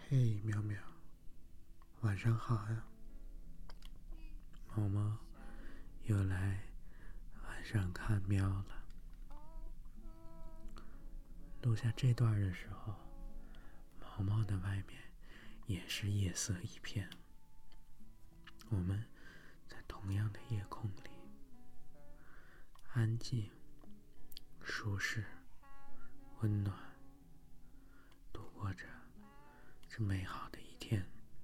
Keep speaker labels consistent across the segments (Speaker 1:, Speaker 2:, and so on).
Speaker 1: 嘿，苗苗，晚上好呀！毛毛又来晚上看喵了。录下这段的时候，毛毛的外面也是夜色一片。我们在同样的夜空里，安静、舒适、温暖，度过着这美好的一天。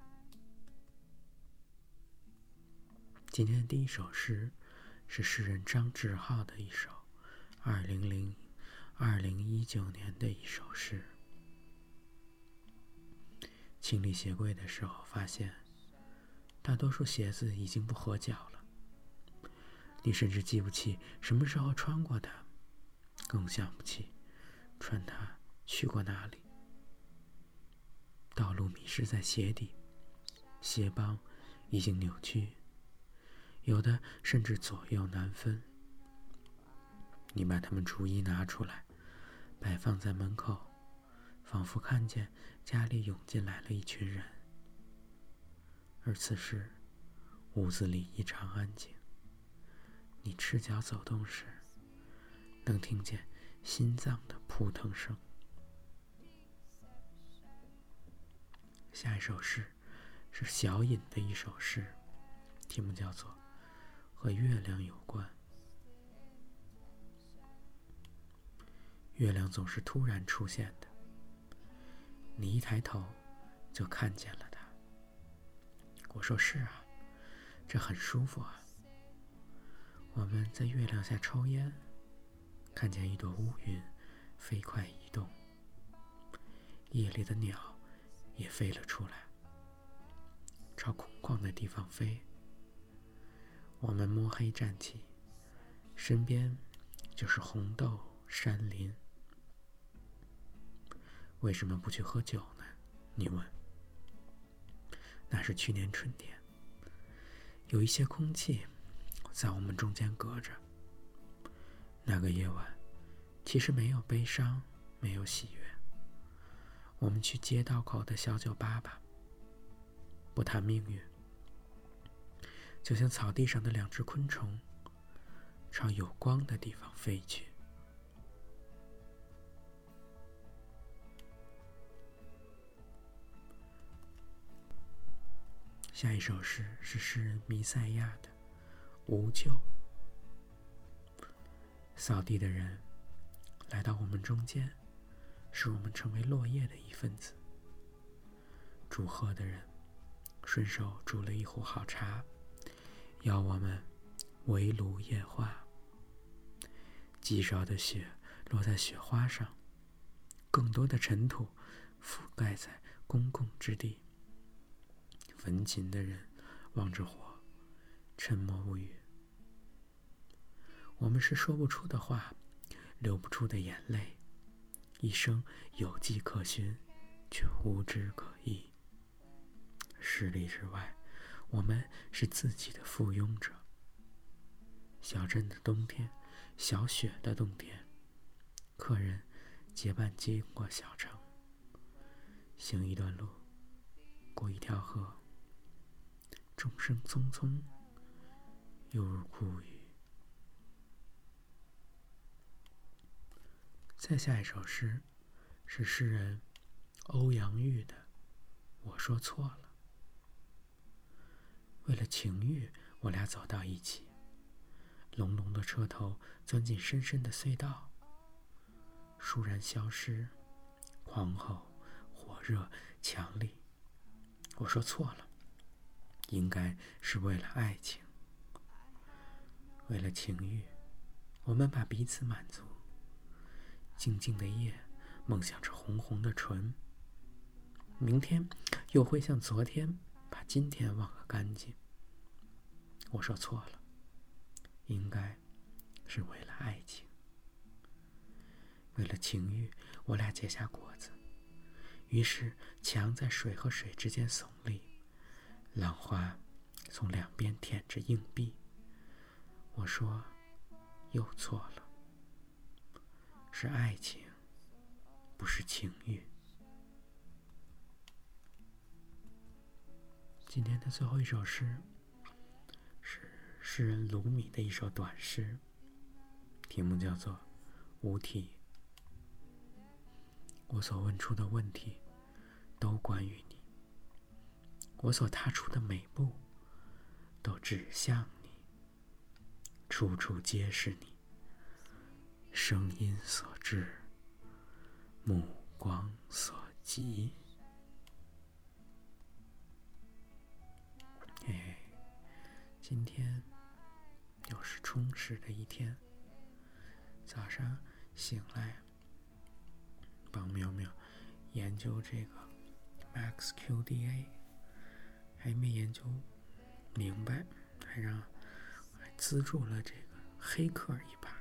Speaker 1: 今天的第一首诗是诗人张志浩的一首2019年的一首诗。清理鞋柜的时候发现，大多数鞋子已经不合脚了。你甚至记不起什么时候穿过它，更想不起穿它去过哪里。道路迷失在鞋底，鞋帮已经扭曲，有的甚至左右难分。你把它们逐一拿出来，摆放在门口，仿佛看见家里涌进来了一群人。而此时，屋子里异常安静。你赤脚走动时，能听见心脏的扑腾声。下一首诗是小隐的一首诗，题目叫做《和月亮有关》。月亮总是突然出现的，你一抬头就看见了它。我说是啊，这很舒服啊。我们在月亮下抽烟，看见一朵乌云飞快移动，夜里的鸟也飞了出来，朝空旷的地方飞。我们摸黑站起，身边就是红豆山林。为什么不去喝酒呢？你问。那是去年春天，有一些空气在我们中间隔着。那个夜晚其实没有悲伤，没有喜悦。我们去街道口的小酒吧吧，不谈命运，就像草地上的两只昆虫，朝有光的地方飞去。下一首诗是诗人弥赛亚的《无救》。扫地的人来到我们中间，使我们成为落叶的一份子。煮喝的人顺手煮了一壶好茶，要我们围炉夜话。极少的雪落在雪花上，更多的尘土覆盖在公共之地。焚琴的人望着火，沉默无语。我们是说不出的话，流不出的眼泪，一生有迹可循，却无枝可依。10里之外，我们是自己的附庸者。小镇的冬天，小雪的冬天，客人结伴经过小城，行一段路，过一条河，钟声匆匆，犹如哭语。再下一首诗是诗人欧阳玉的《我说错了》。为了情欲，我俩走到一起，隆隆的车头钻进深深的隧道，倏然消失，狂吼、火热、强力。我说错了，应该是为了爱情。为了情欲，我们把彼此满足。静静的夜，梦想着红红的唇。明天又会像昨天，把今天忘个干净。我说错了，应该是为了爱情。为了情欲，我俩结下果子，于是墙在水和水之间耸立，浪花从两边舔着硬币。我说又错了，是爱情，不是情欲。 今天的最后一首诗是诗人鲁米的一首短诗，题目叫做《无题》。我所问出的问题都关于你，我所踏出的每步都指向你，处处皆是你，声音所至，目光所及。今天又是充实的一天。早上醒来，帮喵喵研究这个 MaxQDA， 还没研究明白，还资助了这个黑客一把，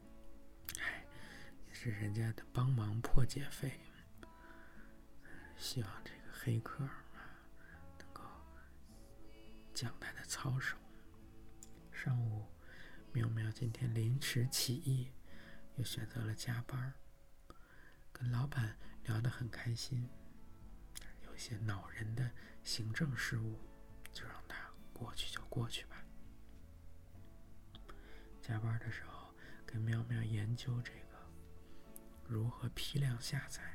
Speaker 1: 也是人家的帮忙破解费。希望这个黑客能够讲他的操守。上午，喵喵今天临时起意，又选择了加班，跟老板聊得很开心。有些恼人的行政事务，就让他过去就过去吧。加班的时候，跟喵喵研究这个如何批量下载，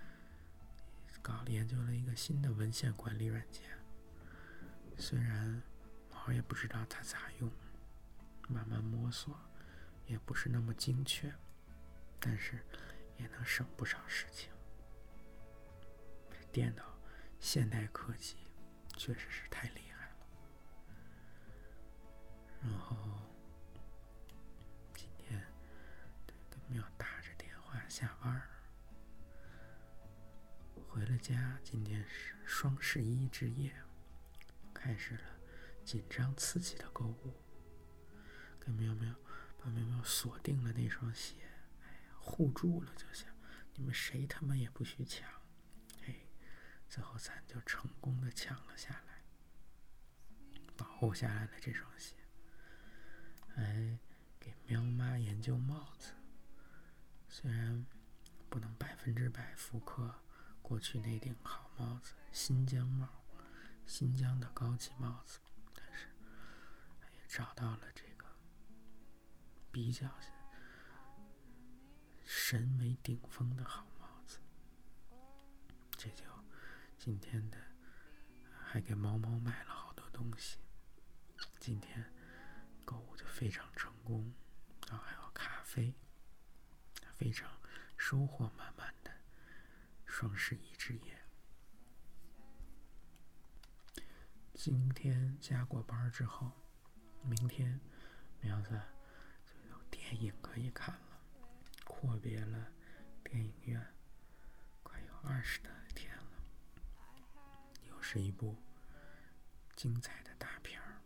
Speaker 1: 研究了一个新的文献管理软件。虽然毛也不知道它咋用，慢慢摸索，也不是那么精确，但是也能省不少事情。这电脑现代科技确实是太厉害了。然后今天跟喵打着电话下班，回了家。今天是双11之夜，开始了紧张刺激的购物。跟喵喵把喵喵锁定了那双鞋，护住了，就想你们谁他妈也不许抢。最后咱就成功的抢了下来，保护下来了这双鞋。还给喵妈研究帽子，虽然不能100%复刻过去那顶好帽子新疆帽，新疆的高级帽子，但是也找到了这个比较审美顶峰的好帽子。这就今天的还给猫猫买了好多东西。今天购物就非常成功，然后还有咖啡，非常收获满满的双11之夜。今天加过班之后，明天苗子就有电影可以看了，阔别了电影院快有20多天了，又是一部精彩的大片儿。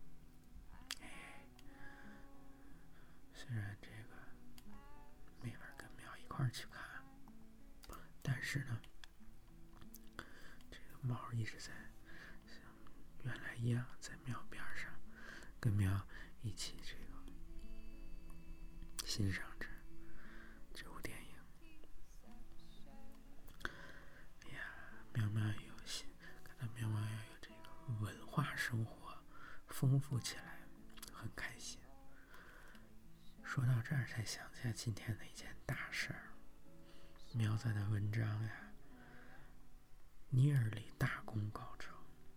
Speaker 1: 虽然这个没法跟苗一块儿去看，但是呢，这个猫一直在像原来一样在苗边上，跟苗一起这个欣赏着这部电影。喵喵有心，看到喵喵要有这个文化生活丰富起来，很开心。说到这儿才想起来今天的一件大事儿，苗子的文章呀，nearly 大功告成，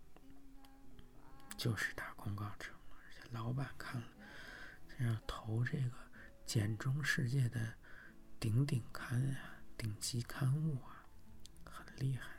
Speaker 1: 就是大功告成了，而且老板看了，这要投这个简中世界的顶刊啊，顶级刊物啊，很厉害。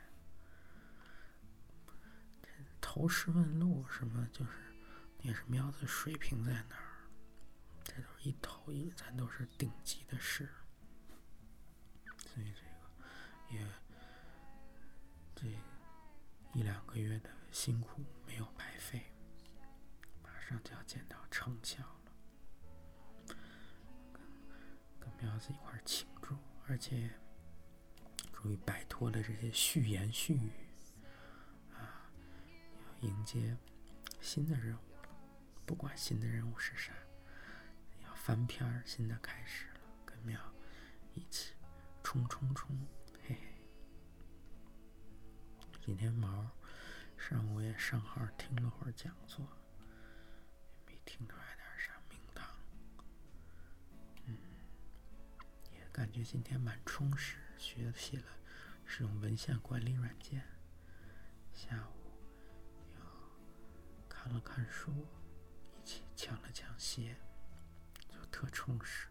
Speaker 1: 投诗问路什么，就是也是苗子水平在那儿。这都是一投一，咱都是顶级的事，所以这个也这1-2个月的辛苦没有白费，马上就要见到成效了。跟苗子一块庆祝，而且终于摆脱了这些絮言絮语啊，要迎接新的任务了。不管新的任务是啥，翻篇新的开始了，跟苗一起冲，嘿嘿。今天毛上午也上号听了会儿讲座，也没听出来点啥名堂。也感觉今天蛮充实，学习了使用文献管理软件。下午又看了看书，一起抢了抢鞋，就特充实。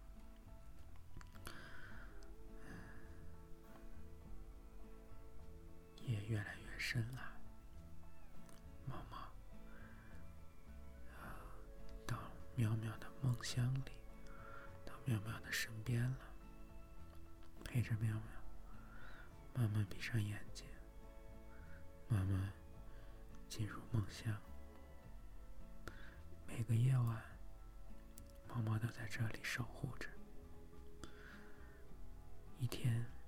Speaker 1: 夜越来越深了，毛毛到妙妙的梦乡里，到妙妙的身边了，陪着妙妙，慢慢闭上眼睛，慢慢进入梦乡。每个夜晚，毛毛都在这里守护着。一天